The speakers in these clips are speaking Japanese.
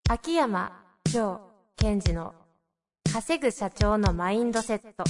秋山城賢治の稼ぐ社長のマインドセット。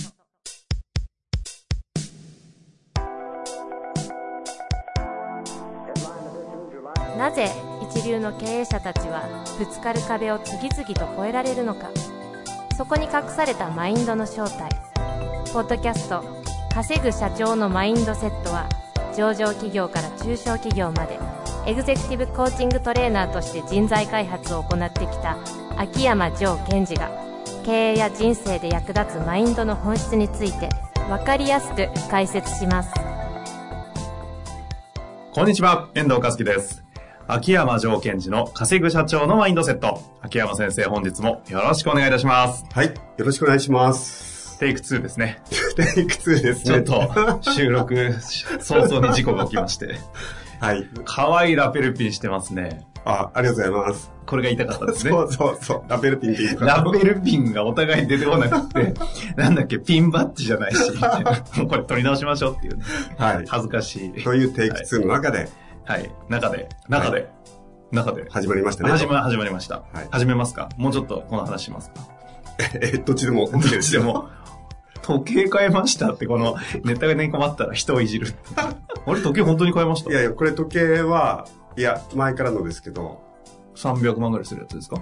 なぜ一流の経営者たちはぶつかる壁を次々と越えられるのか。そこに隠されたマインドの正体。ポッドキャスト稼ぐ社長のマインドセットは、上場企業から中小企業までエグゼクティブコーチングトレーナーとして人材開発を行ってきた秋山城賢治が、経営や人生で役立つマインドの本質について分かりやすく解説します。 こんにちは、遠藤和樹です。秋山城賢治の稼ぐ社長のマインドセット。秋山先生、本日もよろしくお願いいたします。 はい、よろしくお願いします。 テイク2ですね。 テイク2ですね。 ちょっと収録早々に事故が起きましてはい。 可愛いラペルピンしてますね。 ありがとうございます。 これが言いたかったですね。 そう。ラペルピンって言うかラペルピンがお互い出てこなくて、なんだっけ、ピンバッジじゃないし、もうこれ取り直しましょうっていう、ね。はい。恥ずかしい。 というテイク2の中で。 はい。中で。 始まりましたね。 始まりました。はい。始めますか？もうちょっとこの話しますか？ どっちでも。 どっちでも。時計変えましたって、このネタに困ったら人をいじる。あれ、時計本当に変えました？ いや、これ時計は、前からのですけど。 300万ぐらいするやつですか？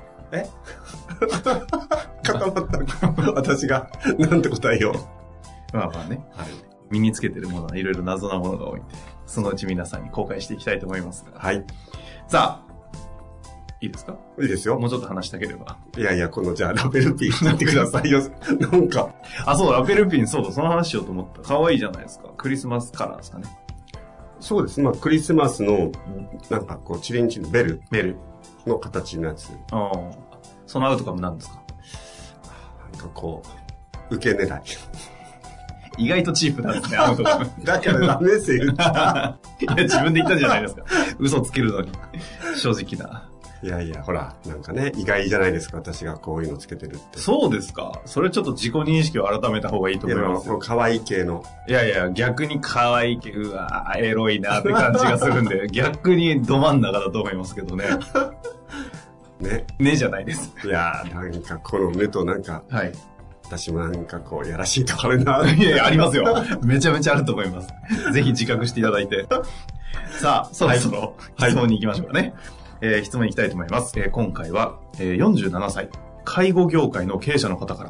固まった私が、なんて答えよう。 まあね。はい。身につけてるものはいろいろ謎なものが多いんで、そのうち皆さんに公開していきたいと思いますが。 はい。 さあ、いいですか？ いいですよ。 もうちょっと話したければ。 じゃあラペルピンになってくださいよ。なんか。 そうだ、ラペルピン、そうだ、その話しようと思った。可愛いじゃないですか。クリスマスカラーですかね。 そうです。まあ、クリスマスの、なんかこう、チリンチリンベルの形のやつ。 そのアウトカムなんですか？ なんかこう、受け狙い。 意外とチープなんですね、アウトカム。 だからダメですよ。いや、自分で言ったじゃないですか。嘘つけるのに。正直な。 いや、ほら、なんかね、意外じゃないですか、私がこういうのつけてるって。 そうですか？それちょっと自己認識を改めた方がいいと思いますよ。 可愛い系の。 いや、逆に可愛い系、うわエロいなって感じがするんで、逆にど真ん中だと思いますけどね。ねじゃないです。 いや、なんかこの目となんか、 はい。 私もなんかこう、やらしいとこあるな。 いや、ありますよ。めちゃめちゃあると思います。ぜひ自覚していただいて。さあ、そろそろ質問に行きましょうかね。質問に行きたいと思います。今回は、47歳、介護業界の経営者の方から、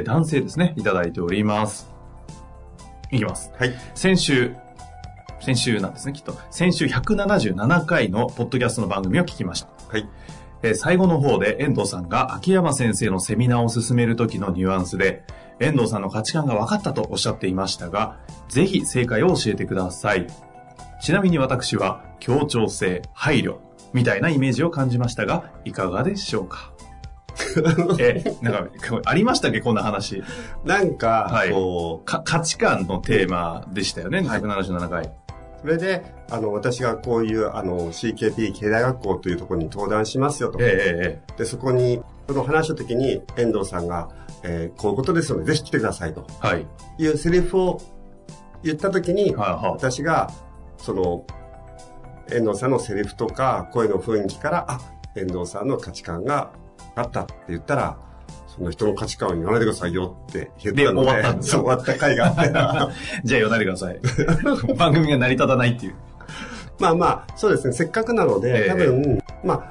男性ですね、いただいております。いきます。 はい。 先週なんですね、きっと。先週177回のポッドキャストの番組を聞きました。 はい。 最後の方で遠藤さんが秋山先生のセミナーを進める時のニュアンスで、遠藤さんの価値観が分かったとおっしゃっていましたが、ぜひ正解を教えてください。ちなみに私は協調性、配慮みたいなイメージを感じましたが、いかがでしょうか？なんかありましたっけ、こんな話。 なんか、こう、 価値観のテーマでしたよね、177回。 それで、私がこういう、CKP 経済学校というところに登壇しますよと。で、そこに、その話した時に、遠藤さんが、こういうことですので、ぜひ来てくださいと。 はい。 いうセリフを言った時に、私が、遠藤さんのセリフとか、声の雰囲気から、遠藤さんの価値観があったって言ったら、その人の価値観を言わないでくださいよって言ったので、 終わったんですよ。 終わった回があって。 じゃあ言わないでください。番組が成り立たないっていう。 まあ、そうですね。せっかくなので、多分、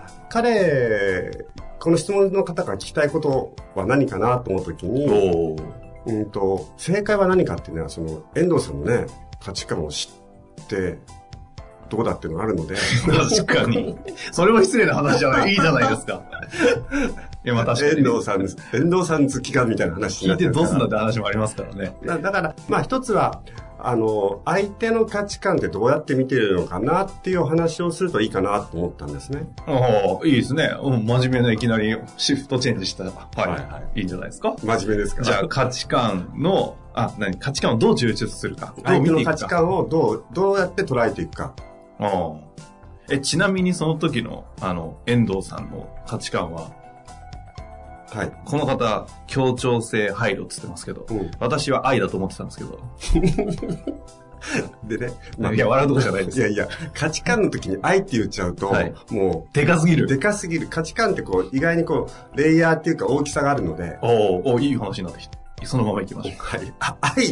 この質問の方から聞きたいことは何かなと思うときに、正解は何かっていうのは、遠藤さんのね、価値観を知って、どうだっていうのがあるので。 確かに。それも失礼な話じゃない。いいじゃないですか。いや、確かに、 遠藤さん好きかみたいな話になってるから。 聞いてどうすんだって話もありますからね。 だから、一つは、相手の価値観ってどうやって見てるのかなっていう話をするといいかなと思ったんですね。 いいですね。真面目ないきなりシフトチェンジした。はい。いいんじゃないですか。 真面目ですから。 じゃあ価値観の、価値観をどう抽出するか。 相手の価値観をどうやって捉えていくか。 ちなみにその時の、遠藤さんの価値観は、 はい。 この方、協調性配慮って言ってますけど、私は愛だと思ってたんですけど。 でね、 いや、笑うとこじゃないです。 いやいや、価値観の時に愛って言っちゃうと、はい、もう、 でかすぎる。 でかすぎる。価値観ってこう、意外にこう、レイヤーっていうか大きさがあるので。 いい話になってきた。そのまま行きましょう。 はい。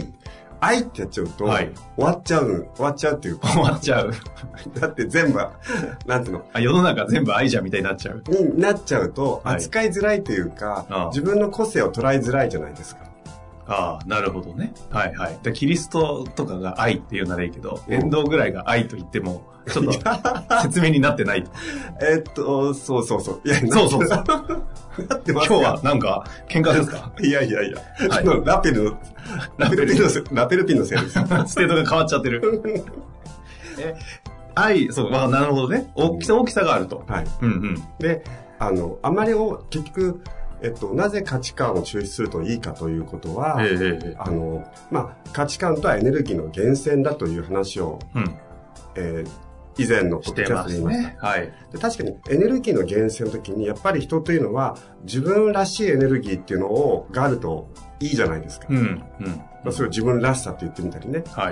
愛ってやっちゃうと、はい、終わっちゃうっていうか。 終わっちゃう。 だって全部、なんていうの。 世の中全部愛じゃんみたいになっちゃう。 になっちゃうと、扱いづらいというか、はい、自分の個性を捉えづらいじゃないですか。 なるほどね。はいはい。でキリストとかが愛っていうならいいけど、遠藤ぐらいが愛と言っても、ちょっと説明になってないと。そうそうそう。 いや、そう。なってます。今日はなんか、喧嘩ですか？ いや。はい、ラペルピンのせいです。 ステートが変わっちゃってる。愛、そう、なるほどね。大きさがあると。 はい。で、あまり結局、なぜ価値観を抽出するといいかということは、価値観とはエネルギーの源泉だという話を、以前のポッドキャストで言いました。はい。で、確かにエネルギーの源泉の時に、やっぱり人というのは、自分らしいエネルギーっていうのがあるといいじゃないですか。それを自分らしさって言ってみたりね。はい。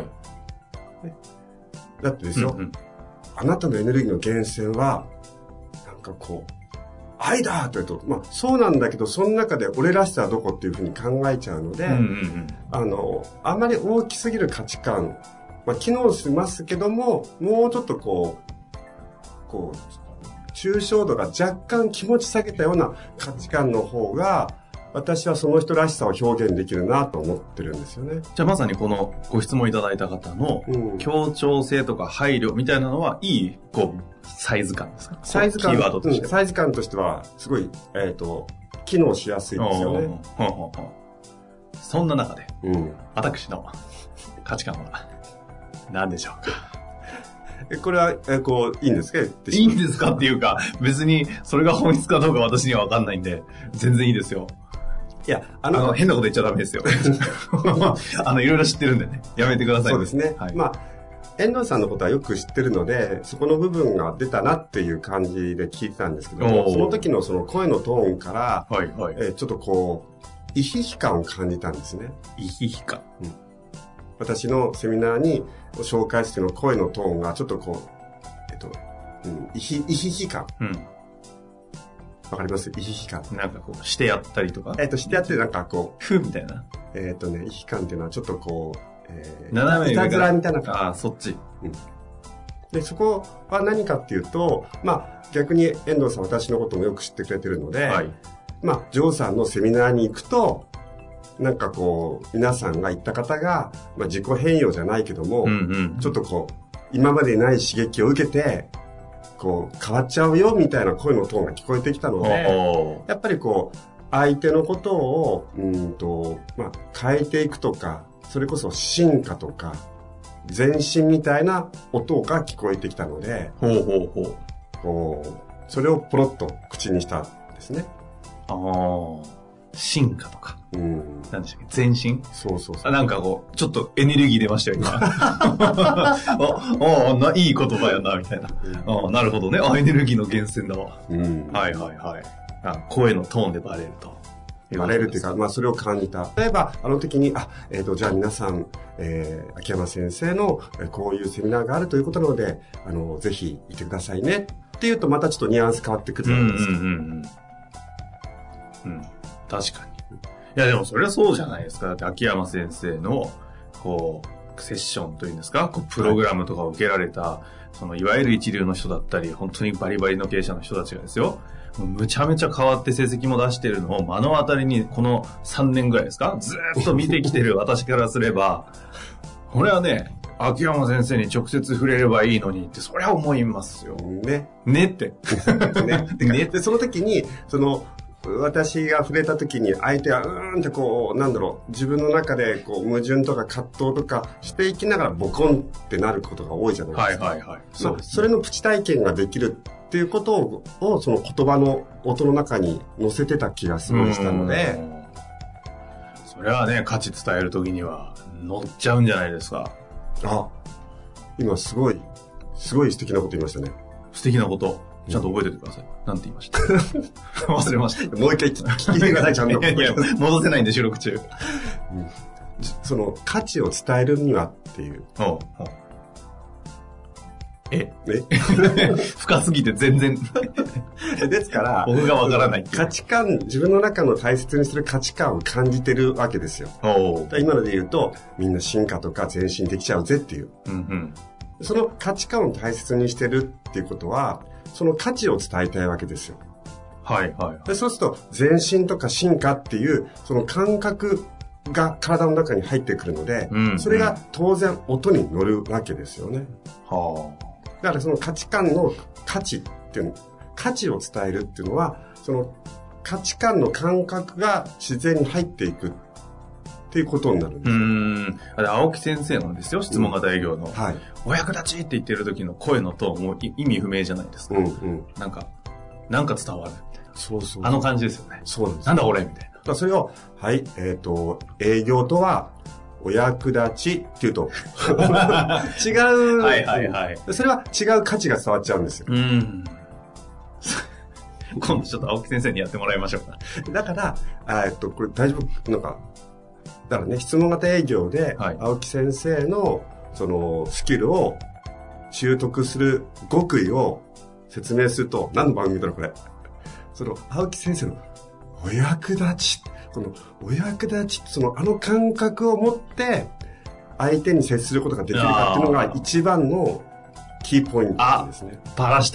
だってですよ、あなたのエネルギーの源泉は、なんかこう、愛だと言うと、そうなんだけど、その中で俺らしさはどこっていうふうに考えちゃうので、あんまり大きすぎる価値観、機能しますけども、もうちょっとこう、抽象度が若干気持ち下げたような価値観の方が、私はその人らしさを表現できるなと思ってるんですよね。 じゃあまさにこのご質問いただいた方の協調性とか配慮みたいなのは、いいサイズ感ですか？ サイズ感、 キーワードとしては。 サイズ感としては、すごい、機能しやすいですよね。 そんな中で、私の価値観は何でしょうか？ これは、いいんですか？いいんですかっていうか、別にそれが本質かどうか私には分かんないんで、全然いいですよ。いや、変なこと言っちゃダメですよ。いろいろ知ってるんでね。やめてください。 そうですね。はい、遠藤さんのことはよく知ってるので、そこの部分が出たなっていう感じで聞いてたんですけども、その時のその声のトーンから、ちょっとこう、イヒヒ感を感じたんですね。 イヒヒ感。 私のセミナーに紹介しての声のトーンがちょっとこう、イヒヒ感。わかります？イヒヒ感。 なんかこう、してやったりとか。 してやってなんかこう、 ふみたいな。 イヒ感っていうのはちょっとこう、 斜めいたずらみたいな感じ。そっち。 で、そこは何かっていうと、逆に遠藤さん私のこともよく知ってくれてるので、ジョーさんのセミナーに行くと、なんかこう、皆さんが言った方が、自己変容じゃないけども、ちょっとこう、今までにない刺激を受けて、こう、変わっちゃうよみたいな声のトーンが聞こえてきたので、やっぱりこう、相手のことを、変えていくとか、それこそ進化とか、前進みたいな音が聞こえてきたので、それをポロッと口にしたんですね。 進化とか。何でしたっけ？前進？ そう。 なんかこう、ちょっとエネルギー出ましたよ、今。いい言葉やな、みたいな。なるほどね。エネルギーの源泉だわ。はい。声のトーンでバレると。 バレるっていうか、それを感じた。例えば、あの時に、じゃあ皆さん、秋山先生の、こういうセミナーがあるということなので、ぜひいてくださいね。っていうと、またちょっとニュアンス変わってくるじゃないですか。 確かに。いや、でもそれはそうじゃないですか。だって秋山先生の、こう、セッションというんですか、プログラムとかを受けられた、いわゆる一流の人だったり、本当にバリバリの経営者の人たちがですよ、むちゃめちゃ変わって成績も出してるのを目の当たりにこの3年ぐらいですかずーっと見てきてる私からすれば、これはね、秋山先生に直接触れればいいのにって、そりゃ思いますよ。ねって。 ねって、その時に、私が触れた時に相手はってこう、自分の中でこう矛盾とか葛藤とかしていきながらボコンってなることが多いじゃないですか。それのプチ体験ができるっていうことをその言葉の音の中に乗せてた気がすごいしたので、 それはね、価値伝える時には乗っちゃうんじゃないですか。 今すごい素敵なこと言いましたね。 素敵なこと。ちゃんと覚えててください。なんて言いました忘れました。 もう一回聞いてください、ちゃんと。 いや、戻せないんで収録中。 その価値を伝えるにはっていう。 深すぎて全然。 ですから、 僕がわからない。 価値観、自分の中の大切にする価値観を感じてるわけですよ。今ので言うと、みんな進化とか前進できちゃうぜっていう。その価値観を大切にしてるっていうことは、その価値を伝えたいわけですよ。でそうすると、前進とか進化っていう、その感覚が体の中に入ってくるので、それが当然音に乗るわけですよね。だからその価値観の価値っていう、価値を伝えるっていうのは、その価値観の感覚が自然に入っていくっていうことになるんです。 あれ、青木先生のですよ、質問型営業の、お役立ちって言ってる時の声のトーンも意味不明じゃないですか。なんか伝わる。あの感じですよね。 そうです。 なんだ俺みたいな。 それを、営業とは、お役立ちっていうと、違う、それは違う価値が伝わっちゃうんですよ。 今度ちょっと青木先生にやってもらいましょうか。 だから、これ大丈夫なんか、だからね、質問型営業で、青木先生の、その、スキルを習得する極意を説明すると、何の番組だろう、これ。その、青木先生の、お役立ち、この、お役立ち、その、あの感覚を持って、相手に接することができるかっていうのが一番のキーポイントなんですね。 バラした。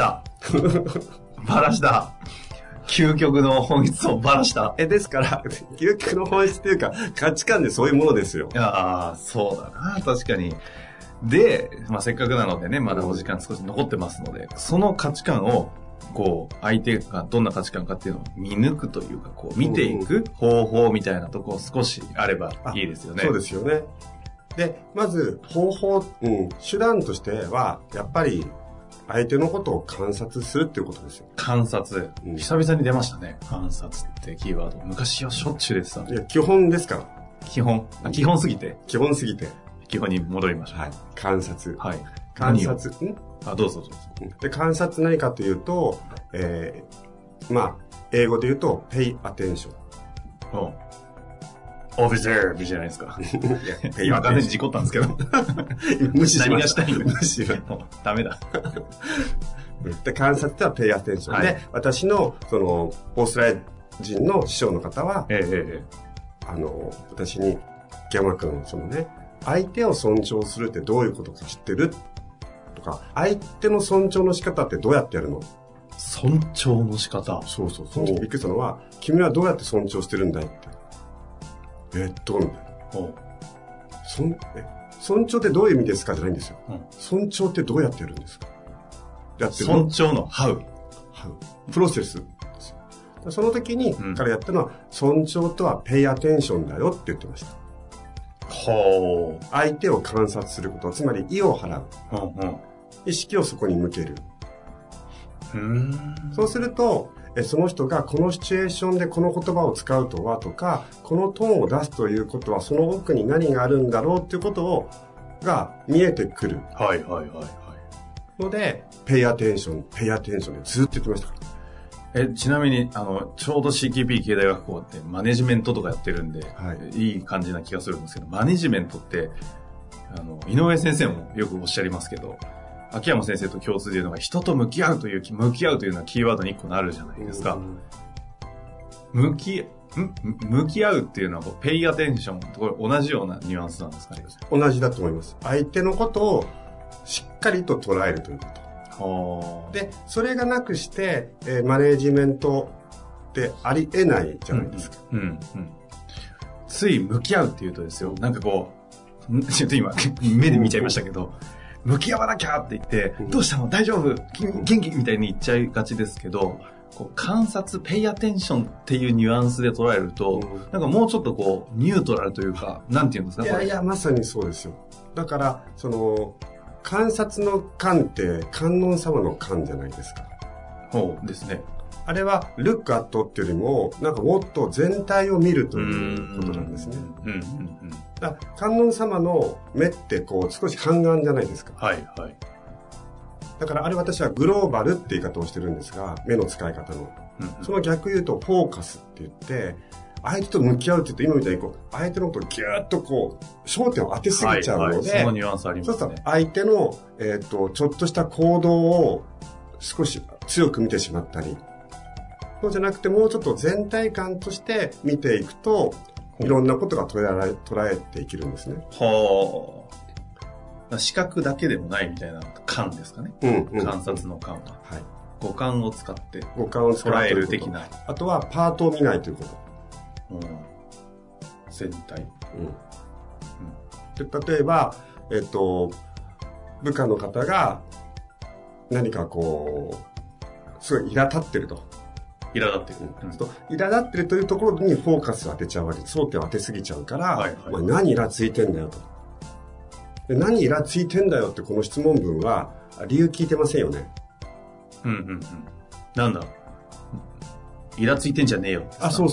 究極の本質をバラした。 ですから、究極の本質っていうか、価値観でそういうものですよ。 そうだな、確かに。で、せっかくなのでね、まだお時間少し残ってますので、その価値観を、相手がどんな価値観かっていうのを見抜くというか、見ていく方法みたいなところ少しあればいいですよね。 そうですよね。で、まず、方法、手段としては、やっぱり、相手のことを観察するっていうことですよ。 観察。久々に出ましたね。観察ってキーワード。昔はしょっちゅうでした。 いや、基本ですから。 基本すぎて。 基本すぎて。 基本に戻りましょう。 観察。 観察。どうぞ。 で、観察何かというと、英語で言うと、pay attention。 observe じゃないですか。今完全に事故ったんですけど。 無視しました。 何がしたいんだ。無視ダメだ。 で、観察っては pay attention。で、私の、その、オーストラリア人の師匠の方は、私に、山田君、そのね、相手を尊重するってどういうことか知ってるとか、相手の尊重の仕方ってどうやってやるの？ 尊重の仕方。 そう。その時びっくりしたのは、君はどうやって尊重してるんだいって。みたいな。尊重ってどういう意味ですかじゃないんですよ。尊重ってどうやってやるんですか？ 尊重の how。 プロセスですよ。その時に彼やったのは、尊重とは pay attention だよって言ってました。相手を観察すること、つまり意を払う。意識をそこに向ける。そうすると、その人がこのシチュエーションでこの言葉を使うとはとか、このトーンを出すということはその奥に何があるんだろうっていうことが見えてくる。ので、pay attention でずっと言ってましたから。 ちなみに、ちょうど CKP 経済学校ってマネジメントとかやってるんで、いい感じな気がするんですけど、マネジメントって、井上先生もよくおっしゃりますけど、秋山先生と共通でいうのが人と向き合うというのはキーワードに一個なるじゃないですか。向き合うっていうのはペイアテンションと同じようなニュアンスなんですかね。 同じだと思います。相手のことをしっかりと捉えるということ。で、それがなくして、マネージメントってありえないじゃないですか。 つい向き合うっていうとですよ、なんかちょっと今目で見ちゃいましたけど、向き合わなきゃって言って、どうしたの大丈夫元気みたいに言っちゃいがちですけど、観察、ペイアテンションっていうニュアンスで捉えると、なんかもうちょっとニュートラルというか、なんていうんですか？ いや、まさにそうですよ。だから、観察の観って観音様の観じゃないですか。 ですね。 あれは、ルックアットっていうよりも、なんかもっと全体を見るということなんですね。だから観音様の目って少し半眼じゃないですか。だからあれ私はグローバルって言い方をしてるんですが、目の使い方の。その逆言うとフォーカスって言って、 相手と向き合うって言うと、今みたいに相手のことをギューッと焦点を当てすぎちゃうので、 そのニュアンスありますね。 そうすると相手の、ちょっとした行動を少し強く見てしまったり、そうじゃなくてもうちょっと全体感として見ていくと、いろんなことが捉えていけるんですね。 はあ。視覚だけでもないみたいな感ですかね。観察の感は。はい。五感を使って捉える的な。 あとはパートを見ないということ。 全体。 で例えば、部下の方が何かすごい苛立ってると。 苛立ってる。 苛立ってるというところにフォーカスを当てちゃうわけで、争点を当てすぎちゃうから、お前何イラついてんだよと。で何イラついてんだよってこの質問文は理由聞いてませんよね。 なんだイラついてんじゃねえよ。 そう。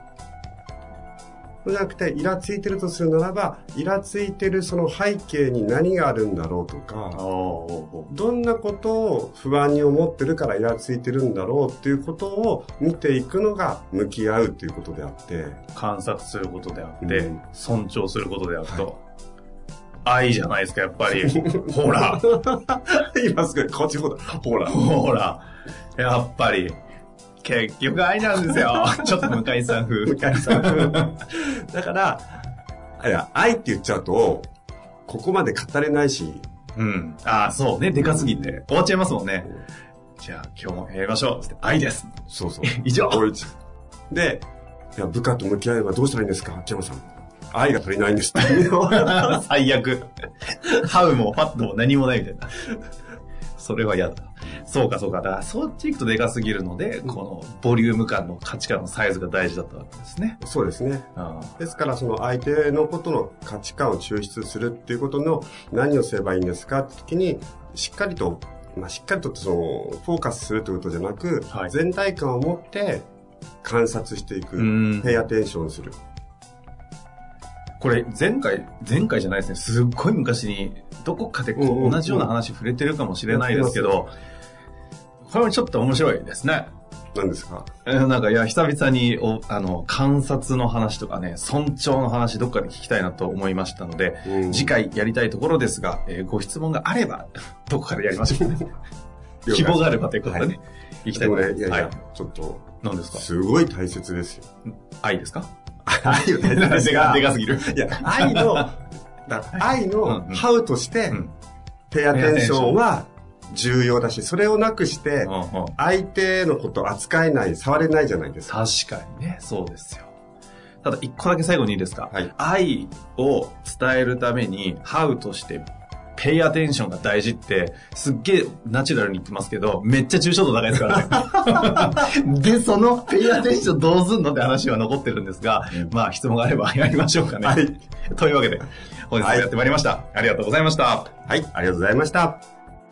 じゃなくて、イラついてるとするならば、イラついてるその背景に何があるんだろうとか、どんなことを不安に思ってるからイラついてるんだろうっていうことを見ていくのが向き合うっていうことであって、 観察することであって、尊重することであると、愛じゃないですか、やっぱり。ほら。 今すぐこっちほら。やっぱり。結局愛なんですよ。ちょっと向井さん風。 だから、愛って言っちゃうと、ここまで語れないし。 そうね。でかすぎて。終わっちゃいますもんね。じゃあ今日もやりましょう。愛です。 そう。 以上。 で、部下と向き合えばどうしたらいいんですか、秋山さん。愛が足りないんですって。 最悪。ハウもファットも何もないみたいな。それは嫌だ。そうか。だからそっち行くとでかすぎるので、このボリューム感の価値観のサイズが大事だったわけですね。 そうですね。ですからその相手のことの価値観を抽出するっていうことの何をすればいいんですかって時に、しっかりとそのフォーカスするということじゃなく、全体感を持って観察していく。ペイアテンションする。 これ前回じゃないですね。すっごい昔にどこかで同じような話触れてるかもしれないですけど、これもちょっと面白いですね。 何ですか？ 久々に観察の話とかね、尊重の話どっかで聞きたいなと思いましたので、次回やりたいところですが、ご質問があればどこかでやりましょうね。希望があればということでね、行きたいと思います。 ちょっと何ですか？ すごい大切ですよ。 愛ですか？ 愛の大切ですがでかすぎる。 いや、愛のハウとして、ペイアテンションは重要だし、それをなくして、相手のこと扱えない、触れないじゃないですか。 確かにね、そうですよ。ただ、一個だけ最後にいいですか？愛を伝えるために、ハウとして、ペイアテンションが大事って、すっげえナチュラルに言ってますけど、めっちゃ抽象度高いですからね。で、そのペイアテンションどうすんのって話は残ってるんですが、質問があればやりましょうかね。というわけで、本日もやってまいりました。ありがとうございました。 ありがとうございました。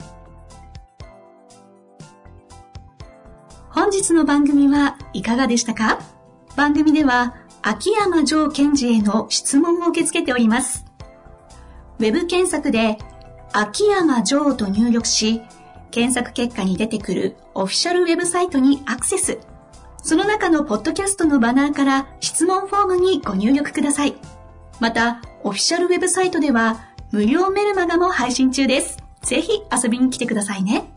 本日の番組はいかがでしたか？番組では、秋山城賢治への質問を受け付けております。ウェブ検索で、秋山城と入力し、検索結果に出てくるオフィシャルウェブサイトにアクセス。その中のポッドキャストのバナーから質問フォームにご入力ください。また、オフィシャルウェブサイトでは無料メルマガも配信中です。ぜひ遊びに来てくださいね。